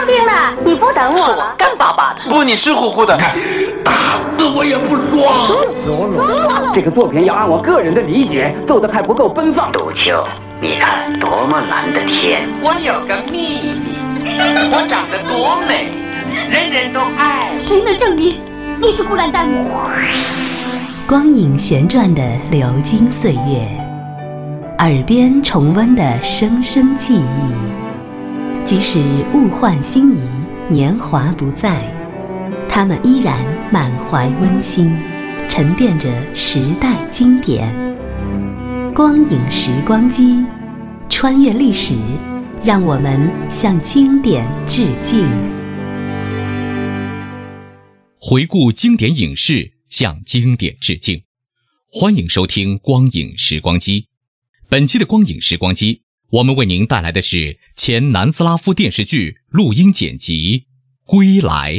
定了，你不等我是我干巴巴的。 不，你湿乎乎的。 打死我也不说。 这个作品要按我个人的理解奏得还不够奔放。 杜秋，你看多么蓝的天！ 我有个秘密，我长得多美，人人都爱。 谁能证明你是孤兰丹？ 光影旋转的流金岁月，耳边重温的声声记忆，即使物换星移，年华不再，他们依然满怀温馨，沉淀着时代经典。光影时光机，穿越历史，让我们向经典致敬。 回顾经典影视，向经典致敬。欢迎收听光影时光机。本期的光影时光机，我们为您带来的是前南斯拉夫电视剧录音剪辑《归来》。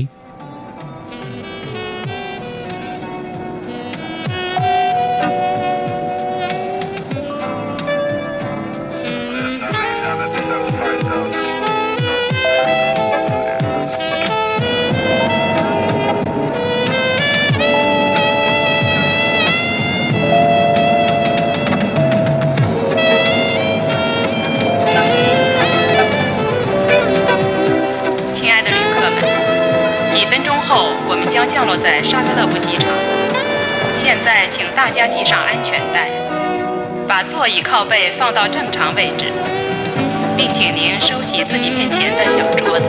降落在沙格勒布机场，现在请大家系上安全带，把座椅靠背放到正常位置，并请您收起自己面前的小桌子。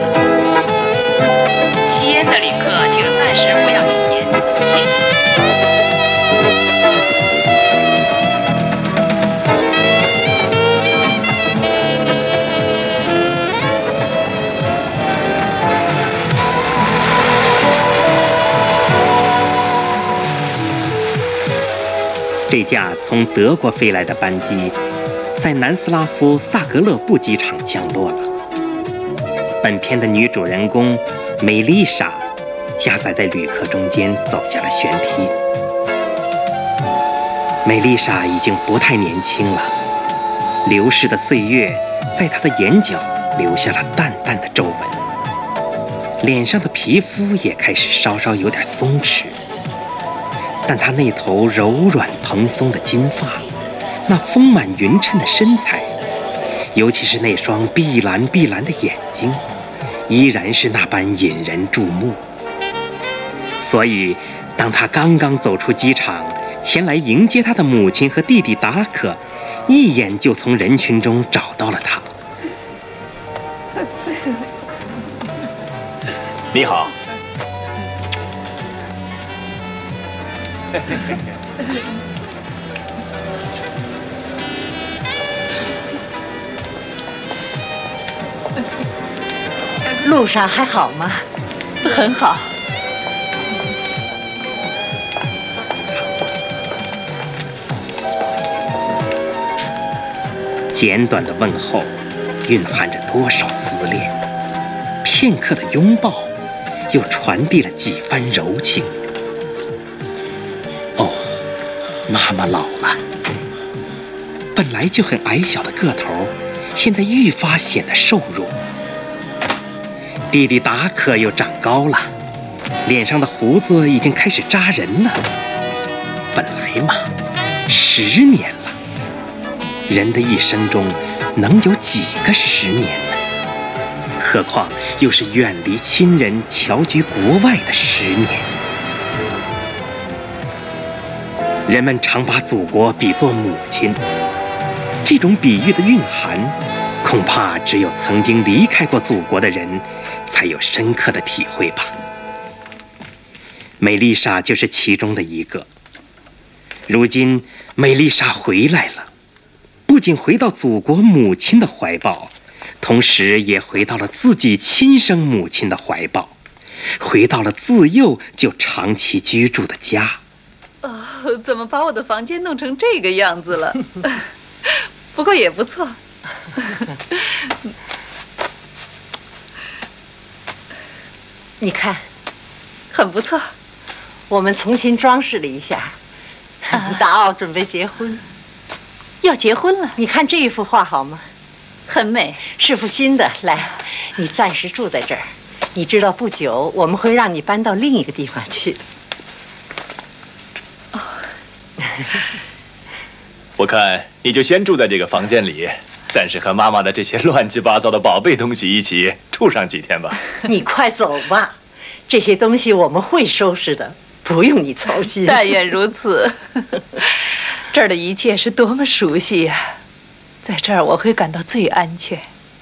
吸烟的旅客请暂时不要吸烟，谢谢。 这架从德国飞来的班机，在南斯拉夫萨格勒布机场降落了。本片的女主人公美丽莎，夹载在旅客中间走下了舷梯。美丽莎已经不太年轻了，流逝的岁月在她的眼角留下了淡淡的皱纹，脸上的皮肤也开始稍稍有点松弛。但她那头柔软蓬松的金发，那丰满匀称的身材，尤其是那双碧蓝碧蓝的眼睛，依然是那般引人注目。所以当她刚刚走出机场，前来迎接她的母亲和弟弟达可一眼就从人群中找到了她。 你好。 路上还好吗？ 很好。 简短的问候，蕴含着多少思念；片刻的拥抱，又传递了几番柔情。妈妈老了，本来就很矮小的个头，现在愈发显得瘦弱。弟弟达可又长高了，脸上的胡子已经开始扎人了。本来嘛，10年了，人的一生中能有几个10年呢？何况又是远离亲人、侨居国外的10年。人们常把祖国比作母亲，这种比喻的蕴含，恐怕只有曾经离开过祖国的人才有深刻的体会吧。美丽莎就是其中的一个。如今美丽莎回来了，不仅回到祖国母亲的怀抱，同时也回到了自己亲生母亲的怀抱，回到了自幼就长期居住的家。 怎么把我的房间弄成这个样子了？不过也不错。 你看， 很不错。 我们重新装饰了一下。达奥准备结婚， 要结婚了。 你看这一幅画好吗？ 很美， 是幅新的。来， 你暂时住在这儿，你知道不久我们会让你搬到另一个地方去。 我看你就先住在这个房间里，暂时和妈妈的这些乱七八糟的宝贝东西一起住上几天吧。 你快走吧，这些东西我们会收拾的，不用你操心。 但愿如此。这儿的一切是多么熟悉呀！在这儿我会感到最安全。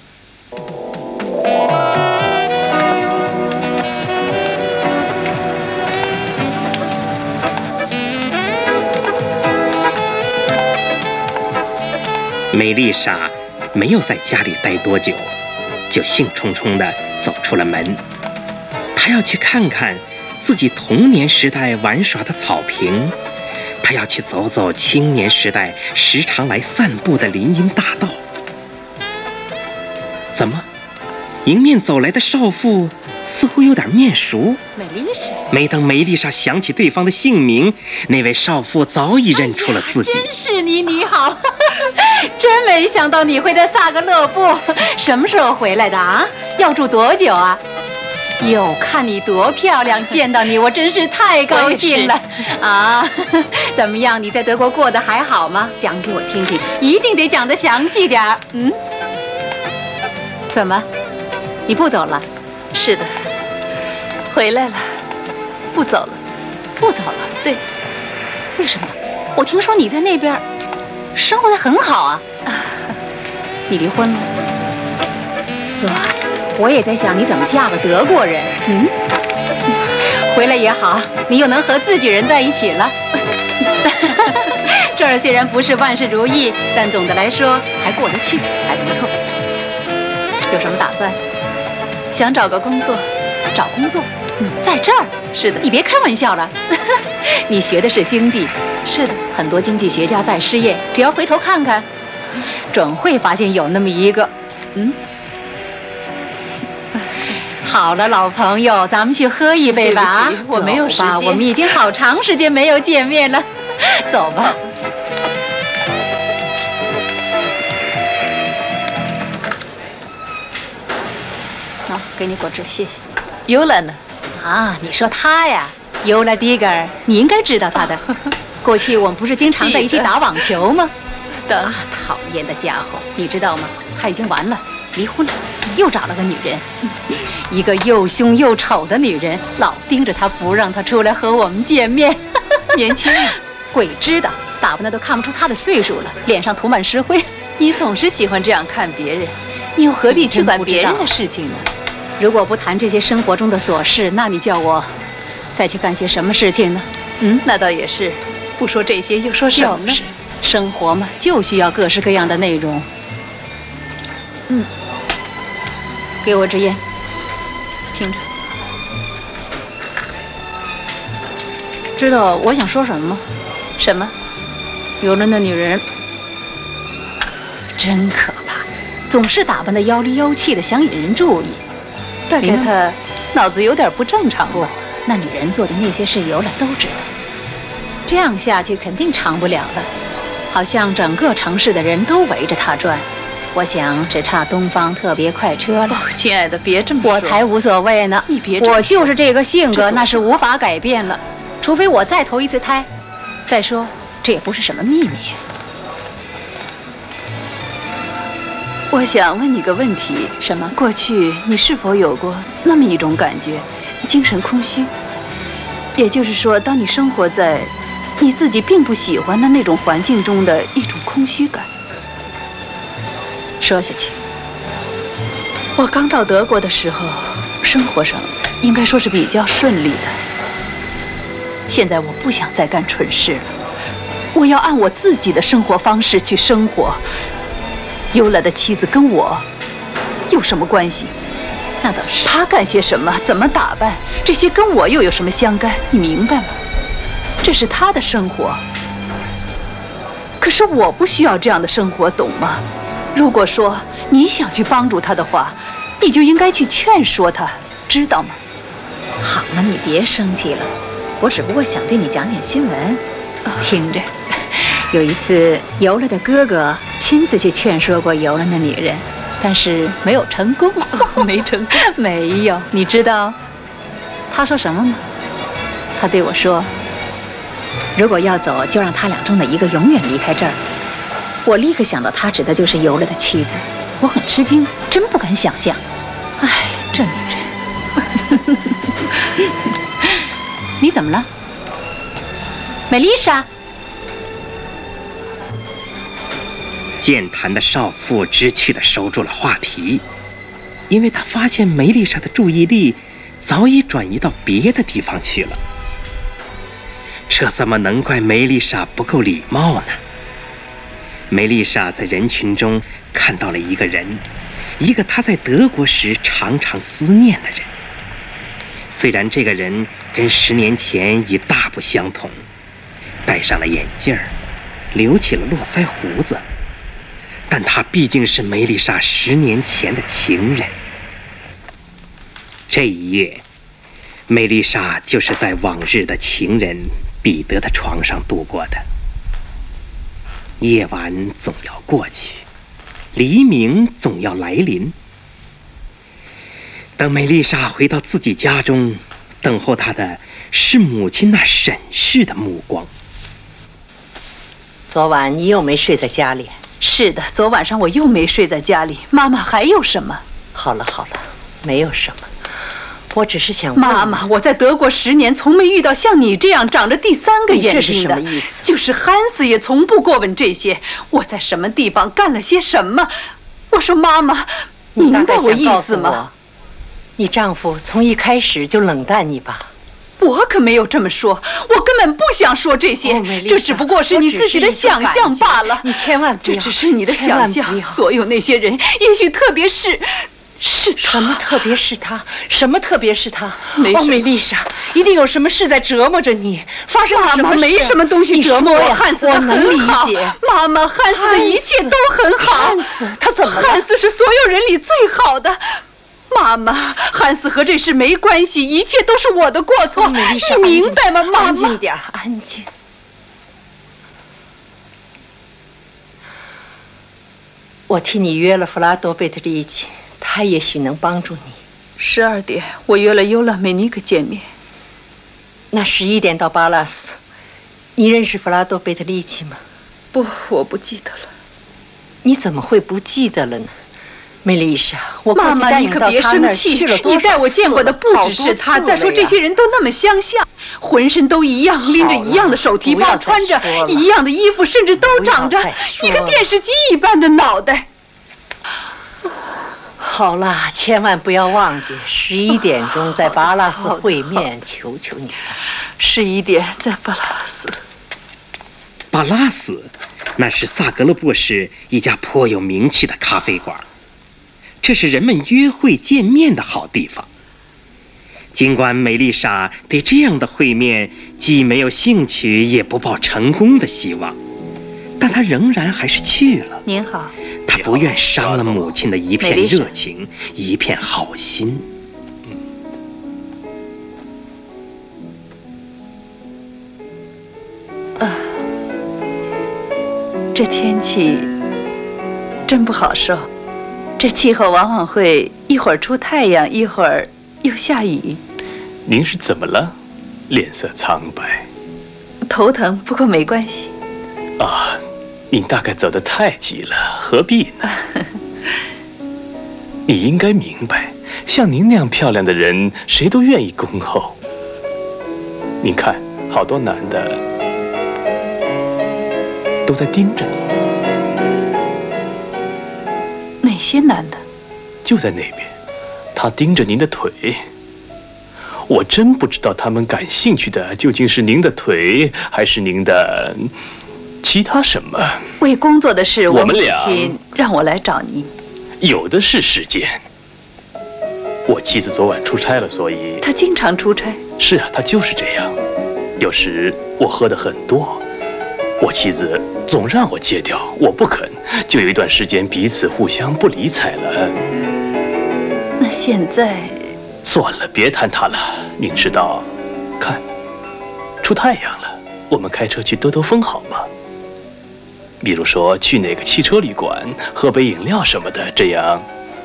美丽莎没有在家里待多久，就兴冲冲地走出了门。她要去看看自己童年时代玩耍的草坪，她要去走走青年时代时常来散步的林荫大道。怎么，迎面走来的少妇似乎有点面熟？ 美丽莎。 没等梅丽莎想起对方的姓名，那位少妇早已认出了自己。 真是你，你好。真没想到你会在萨格勒布，什么时候回来的啊？要住多久啊？哟，看你多漂亮，见到你我真是太高兴了啊！怎么样，你在德国过得还好吗？讲给我听听，一定得讲得详细点儿。嗯？怎么，你不走了？ 是的，回来了，不走了。 不走了？ 对。 为什么？我听说你在那边生活得很好啊！你离婚了？是啊，我也在想你怎么嫁个德国人。嗯，回来也好，你又能和自己人在一起了。这儿虽然不是万事如意，但总的来说还过得去，还不错。有什么打算？ 想找个工作。 找工作？在这儿？ 是的。 你别开玩笑了。你学的是经济。 是的， 很多经济学家在失业，只要回头看看，准会发现有那么一个。嗯，好了，老朋友，咱们去喝一杯吧。啊， 我没有时间， 我们已经好长时间没有见面了。走吧。好，给你果汁，谢谢。 尤兰呢？ 啊，你说他呀，尤拉迪格尔，你应该知道他的。过去我们不是经常在一起打网球吗？啊，讨厌的家伙，你知道吗？他已经完了，离婚了，又找了个女人，一个又凶又丑的女人，老盯着他不让他出来和我们见面。 年轻啊， 鬼知道，打扮的都看不出他的岁数了，脸上涂满石灰。 你总是喜欢这样看别人，你又何必去管别人的事情呢？ 如果不谈这些生活中的琐事，那你叫我再去干些什么事情呢？ 嗯，那倒也是。不说这些，又说什么呢？ 生活嘛，就需要各式各样的内容。嗯，给我支烟，听着。知道我想说什么吗？ 什么？ 有了那女人，真可怕，总是打扮得妖里妖气的，想引人注意。 大概她脑子有点不正常。 不，那女人做的那些事，尤了都知道。这样下去肯定长不了了，好像整个城市的人都围着他转。我想只差东方特别快车了。 亲爱的，别这么说。 我才无所谓呢。 你别这么说。 我就是这个性格，那是无法改变了，除非我再投一次胎。再说，这也不是什么秘密。 我想问你个问题。 什么？ 过去你是否有过那么一种感觉，精神空虚？也就是说，当你生活在你自己并不喜欢的那种环境中的一种空虚感。 说下去。 我刚到德国的时候，生活上应该说是比较顺利的。现在我不想再干蠢事了，我要按我自己的生活方式去生活。尤拉的妻子跟我有什么关系？ 那倒是。 她干些什么，怎么打扮，这些跟我又有什么相干？你明白吗？这是她的生活，可是我不需要这样的生活，懂吗？如果说你想去帮助她的话，你就应该去劝说她，知道吗？ 好了，你别生气了，我只不过想对你讲点新闻。听着，有一次尤拉的哥哥亲自去劝说过尤拉的女人， 但是没有成功。 没成功？ 没有。你知道他说什么吗？他对我说，如果要走，就让他俩中的一个永远离开这儿。我立刻想到他指的就是游了的妻子，我很吃惊，真不敢想象。哎，这女人。你怎么了，美丽莎？ 健谈的少妇知趣地收住了话题，因为她发现梅丽莎的注意力早已转移到别的地方去了。这怎么能怪梅丽莎不够礼貌呢？梅丽莎在人群中看到了一个人，一个她在德国时常常思念的人。虽然这个人跟10年前已大不相同，戴上了眼镜儿，留起了络腮胡子，但他毕竟是梅丽莎10年前的情人。这一夜，梅丽莎就是在往日的情人彼得的床上度过的。夜晚总要过去，黎明总要来临。等梅丽莎回到自己家中，等候她的是母亲那审视的目光。 昨晚你又没睡在家里？ 是的，昨晚上我又没睡在家里。妈妈，还有什么？ 好了好了，没有什么，我只是想问妈妈，我在德国10年，从没遇到像你这样长着第3个眼睛的。 这是什么意思？ 就是汉斯也从不过问这些。我在什么地方干了些什么？我说妈妈，你明白我意思吗？ 你丈夫从一开始就冷淡你吧？ 我可没有这么说，我根本不想说这些，这只不过是你自己的想象罢了。 你千万不要， 这只是你的想象。所有那些人，也许特别是他。 什么特别是他？什么特别是他？ 梅丽莎，一定有什么事在折磨着你。发生了什么事？ 没什么东西折磨我。汉斯我能理解。 妈妈，汉斯的一切都很好。 汉斯，他怎么了？ 汉斯是所有人里最好的。妈妈，汉斯和这事没关系，一切都是我的过错， 你明白吗，妈妈？ 安静点，安静。我替你约了弗拉多贝特利奇，他也许能帮助你。 12点，我约了尤拉梅尼克见面。 那11点到巴拉斯。你认识弗拉多贝特利奇吗？ 不，我不记得了。 你怎么会不记得了呢？梅丽莎， 妈妈，你可别生气。你带我见过的不只是他。再说这些人都那么相像，浑身都一样，拎着一样的手提包，穿着一样的衣服，甚至都长着一个电视机一般的脑袋。 好了，千万不要忘记11点钟在巴拉斯会面，求求你了。 11点在巴拉斯。 巴拉斯，那是萨格勒布市一家颇有名气的咖啡馆。这是人们约会见面的好地方。尽管梅丽莎对这样的会面既没有兴趣，也不抱成功的希望，但她仍然还是去了。 您好。 她不愿伤了母亲的一片热情，一片好心。 这天气真不好受。这气候往往会一会儿出太阳，一会儿又下雨。 您是怎么了？脸色苍白。 头疼，不过没关系。 啊，您大概走得太急了，何必呢？你应该明白，像您那样漂亮的人，谁都愿意恭候。您看，好多男的都在盯着你。 哪些男的？ 就在那边，他盯着您的腿。我真不知道他们感兴趣的究竟是您的腿，还是您的其他什么。 为工作的事， 我们母亲让我来找您。 有的是时间。我妻子昨晚出差了，所以她经常出差。 是啊，她就是这样。有时我喝得很多，我妻子总让我戒掉，我不肯，就有一段时间彼此互相不理睬了。 那现在算了，别谈它了。您知道，看，出太阳了，我们开车去兜兜风好吗？ 比如说去哪个汽车旅馆喝杯饮料什么的，这样。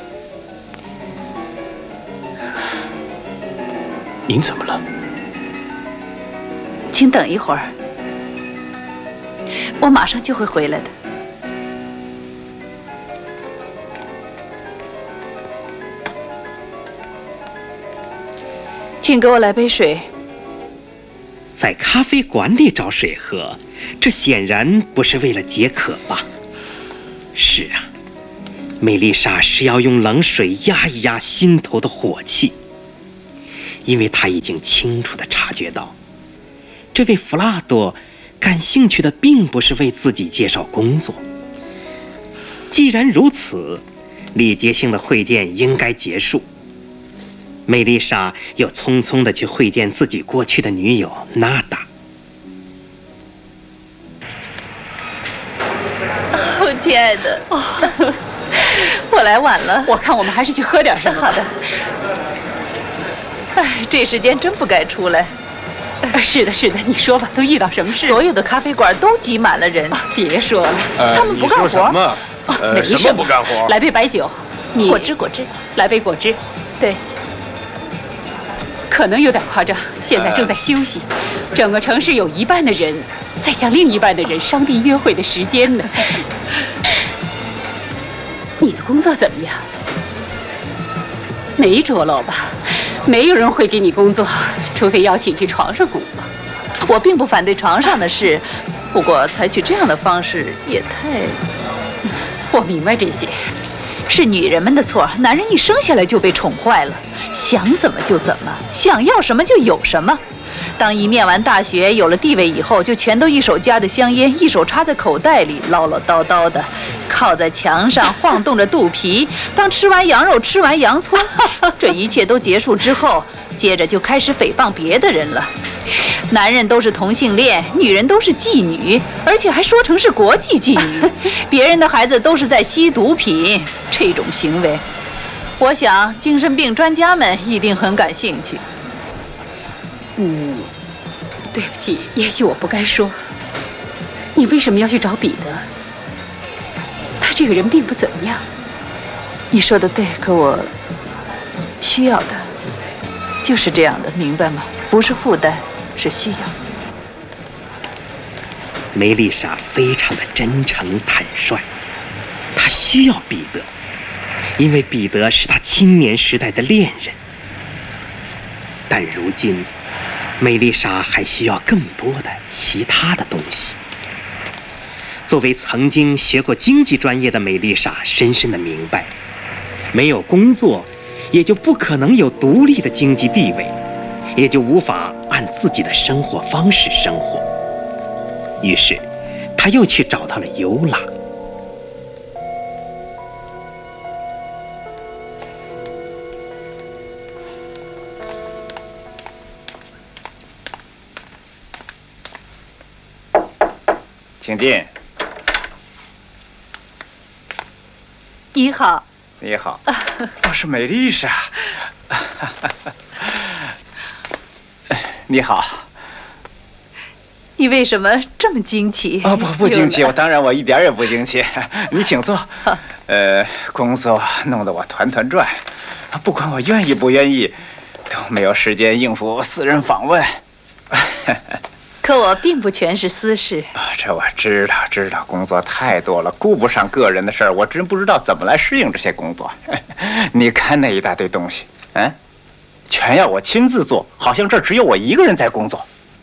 您怎么了？ 请等一会儿，我马上就会回来的。请给我来杯水。 在咖啡馆里找水喝，这显然不是为了解渴吧？是啊，梅丽莎是要用冷水压一压心头的火气，因为她已经清楚地察觉到，这位弗拉多感兴趣的并不是为自己介绍工作。既然如此，礼节性的会见应该结束。梅丽莎又匆匆地去会见自己过去的女友娜达。 哦，亲爱的，我来晚了， 我看我们还是去喝点什么。 好的。哎，这时间真不该出来。 是的，是的，你说吧，都遇到什么事？ 所有的咖啡馆都挤满了人。 别说了， 他们不干活。 你说什么？什么不干活？ 来杯白酒， 果汁， 来杯果汁。 对。 可能有点夸张，现在正在休息，整个城市有一半的人在向另一半的人商定约会的时间呢。你的工作怎么样？没着落吧？没有人会给你工作，除非邀请去床上工作。 我并不反对床上的事，不过采取这样的方式也太…… 我明白这些。 是女人们的错，男人一生下来就被宠坏了，想怎么就怎么，想要什么就有什么。当一念完大学有了地位以后，就全都一手夹着香烟，一手插在口袋里，唠唠叨叨的靠在墙上晃动着肚皮。当吃完羊肉吃完洋葱，这一切都结束之后，接着就开始诽谤别的人了。男人都是同性恋，女人都是妓女，而且还说成是国际妓女。别人的孩子都是在吸毒品，这种行为，我想精神病专家们一定很感兴趣。 对不起，也许我不该说。你为什么要去找彼得？他这个人并不怎么样。 你说的对，可我需要的就是这样的，明白吗？不是负担，是需要。 梅丽莎非常的真诚坦率，她需要彼得，因为彼得是她青年时代的恋人。但如今，梅丽莎还需要更多的其他的东西。作为曾经学过经济专业的梅丽莎，深深的明白，没有工作，也就不可能有独立的经济地位，也就无法按自己的生活方式生活。于是，他又去找到了尤拉。 请进。 你好。 你好，我是梅丽莎。你好。 你为什么这么惊奇？ 不惊奇，当然我一点也不惊奇。你请坐。工作弄得我团团转，不管我愿意不愿意，都没有时间应付私人访问。 可我并不全是私事。 这我知道，工作太多了，顾不上个人的事儿，我真不知道怎么来适应这些工作。你看那一大堆东西，全要我亲自做，好像这儿只有我一个人在工作。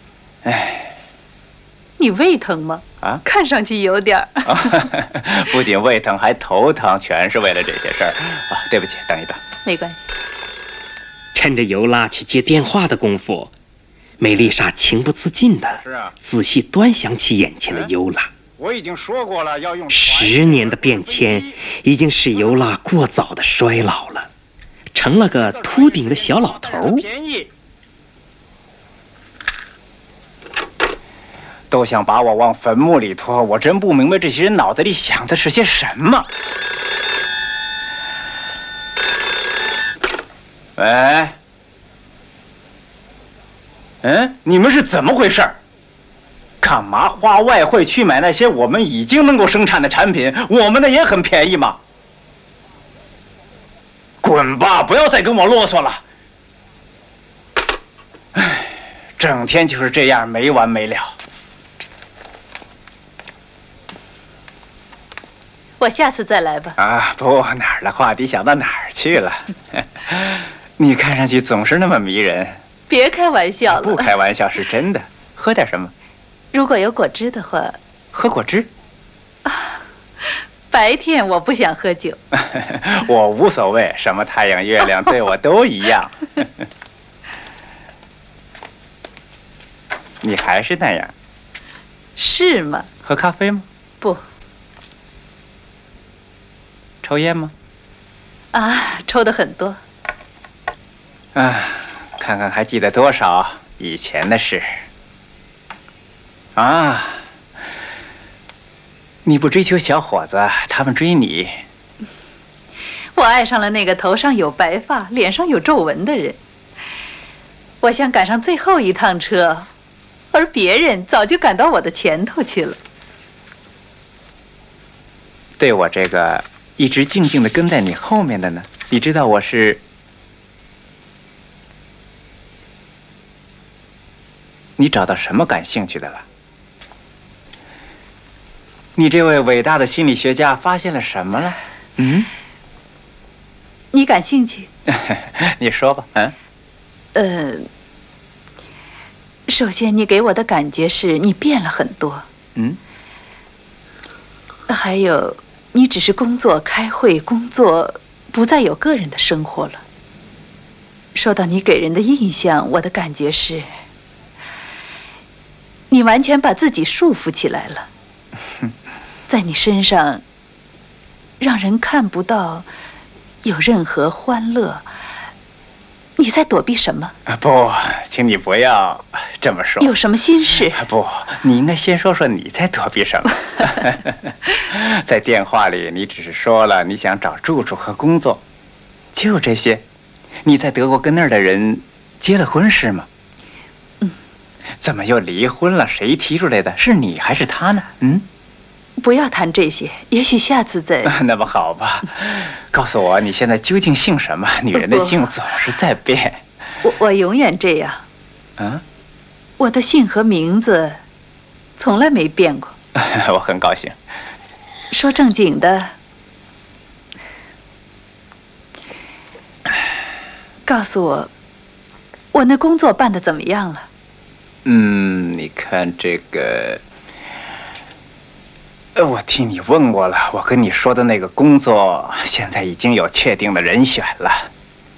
你胃疼吗？看上去有点儿。 不仅胃疼，还头疼，全是为了这些事儿。对不起，等一等。 没关系。 趁着尤拉去接电话的功夫，梅丽莎情不自禁地仔细端详起眼前的尤拉。 我已经说过了，要用 10年的变迁，已经使尤拉过早的衰老了，成了个秃顶的小老头。 都想把我往坟墓里拖，我真不明白这些人脑袋里想的是些什么。喂，你们是怎么回事？ 干嘛花外汇去买那些我们已经能够生产的产品？我们的也很便宜嘛。滚吧，不要再跟我啰嗦了。唉，整天就是这样没完没了。 我下次再来吧。 啊，不，哪儿的话题想到哪儿去了？你看上去总是那么迷人。 别开玩笑了。 不开玩笑，是真的。喝点什么？ 如果有果汁的话。 喝果汁？ 啊，白天我不想喝酒。 我无所谓，什么太阳、月亮对我都一样。你还是那样。 是吗？ 喝咖啡吗？ 不。 抽烟吗？ 啊，抽的很多。 啊，看看还记得多少以前的事。啊，你不追求小伙子，他们追你。 我爱上了那个头上有白发、脸上有皱纹的人。我想赶上最后一趟车，而别人早就赶到我的前头去了。 对我这个一直静静地跟在你后面的呢，你知道我是？你找到什么感兴趣的了？你这位伟大的心理学家发现了什么了？嗯？ 你感兴趣？ 你说吧。嗯。 首先，你给我的感觉是你变了很多。 嗯。 还有，你只是工作、开会、工作，不再有个人的生活了。说到你给人的印象，我的感觉是，你完全把自己束缚起来了。在你身上，让人看不到有任何欢乐。你在躲避什么？ 不，请你不要这么说。 有什么心事？ 不，你应该先说说你在躲避什么。在电话里，你只是说了你想找住处和工作，就这些。你在德国跟那儿的人结了婚是吗？ 嗯。 怎么又离婚了？谁提出来的？是你还是他呢？嗯。 不要谈这些，也许下次再。 那么好吧，告诉我你现在究竟姓什么？女人的姓总是在变。 我永远这样。 啊？ 我的姓和名字从来没变过。 我很高兴。 说正经的，告诉我，我那工作办得怎么样了？ 你看这个。我替你问过了，我跟你说的那个工作，现在已经有确定的人选了。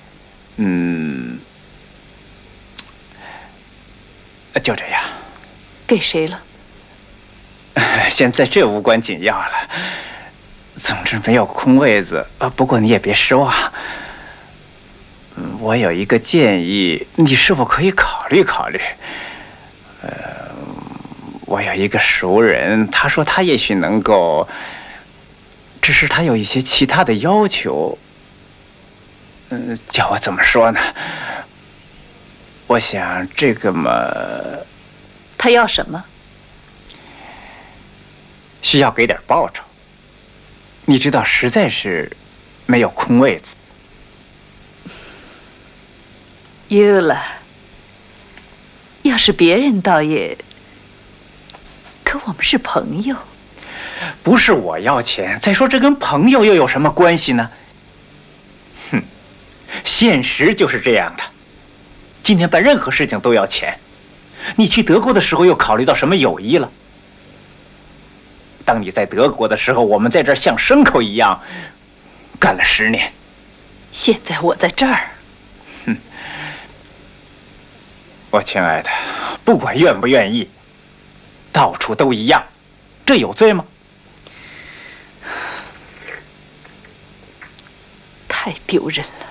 就这样。 给谁了？ 现在这无关紧要了。总之没有空位子。不过你也别失望。我有一个建议，你是否可以考虑考虑？我有一个熟人，他说他也许能够，只是他有一些其他的要求。叫我怎么说呢？我想这个嘛， 他要什么？ 需要给点报酬。你知道，实在是没有空位子。 有了，要是别人倒也。可我们是朋友。 不是我要钱，再说这跟朋友又有什么关系呢？现实就是这样的。今天办任何事情都要钱。你去德国的时候又考虑到什么友谊了？当你在德国的时候，我们在这儿像牲口一样干了10年。 现在我在这儿。 我亲爱的，不管愿不愿意，到处都一样，这有罪吗？ 太丢人了。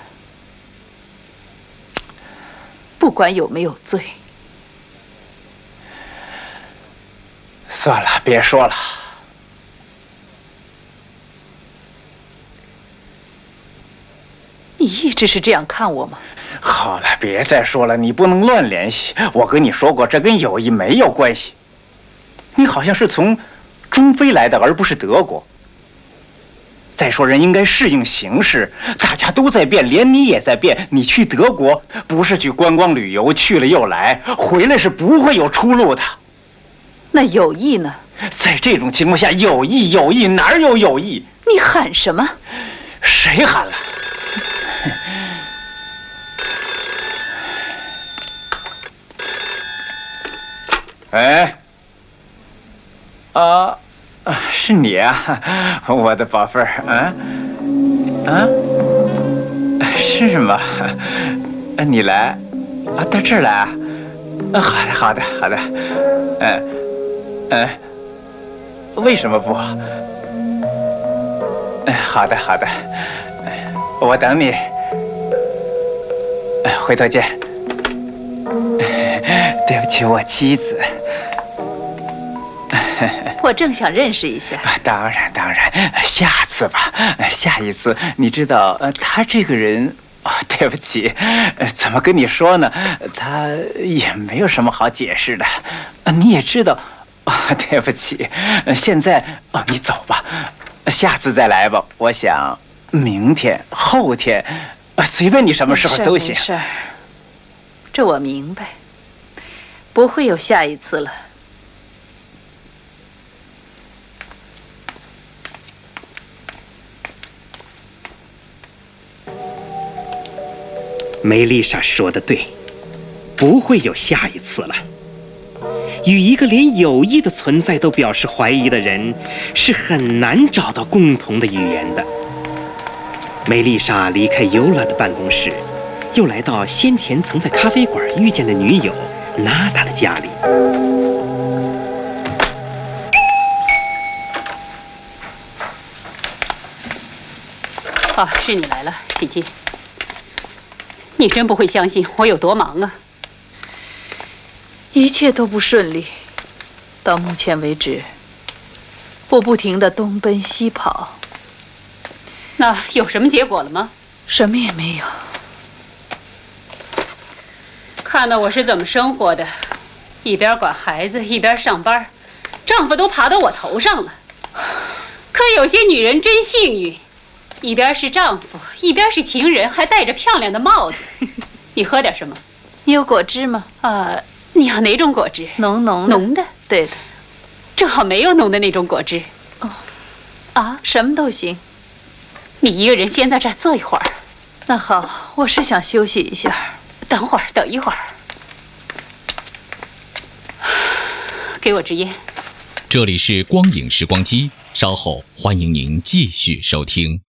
不管有没有罪。 算了，别说了。 你一直是这样看我吗？ 好了，别再说了，你不能乱联系。我跟你说过，这跟友谊没有关系。 你好像是从中非来的，而不是德国。再说，人应该适应形势，大家都在变，连你也在变。你去德国不是去观光旅游，去了又来，回来是不会有出路的。 那友谊呢？ 在这种情况下，友谊哪有友谊？ 你喊什么？ 谁喊了？哎，是你啊，我的宝贝儿，是吗？你来，到这儿来啊？好的，为什么不？好的，我等你，回头见。对不起，我妻子。 我正想认识一下。 当然，下次吧，下一次。你知道，他这个人，对不起，怎么跟你说呢？他也没有什么好解释的，你也知道。对不起，现在你走吧，下次再来吧。我想明天、后天，随便你什么时候都行。 没事，这我明白，不会有下一次了。 梅丽莎说的对，不会有下一次了。与一个连友谊的存在都表示怀疑的人，是很难找到共同的语言的。梅丽莎离开尤拉的办公室，又来到先前曾在咖啡馆遇见的女友娜塔的家里。 是你来了，请进。你真不会相信我有多忙啊！ 一切都不顺利，到目前为止，我不停地东奔西跑。 那有什么结果了吗？ 什么也没有。 看到我是怎么生活的，一边管孩子一边上班，丈夫都爬到我头上了。可有些女人真幸运，一边是丈夫，一边是情人，还戴着漂亮的帽子。你喝点什么？ 你有果汁吗？ 你要哪种果汁？ 浓的。 浓的？ 对的。 正好没有浓的那种果汁。 什么都行。 你一个人先在这儿坐一会儿。 那好，我是想休息一下。 等一会儿。给我支烟。 这里是光影时光机，稍后欢迎您继续收听。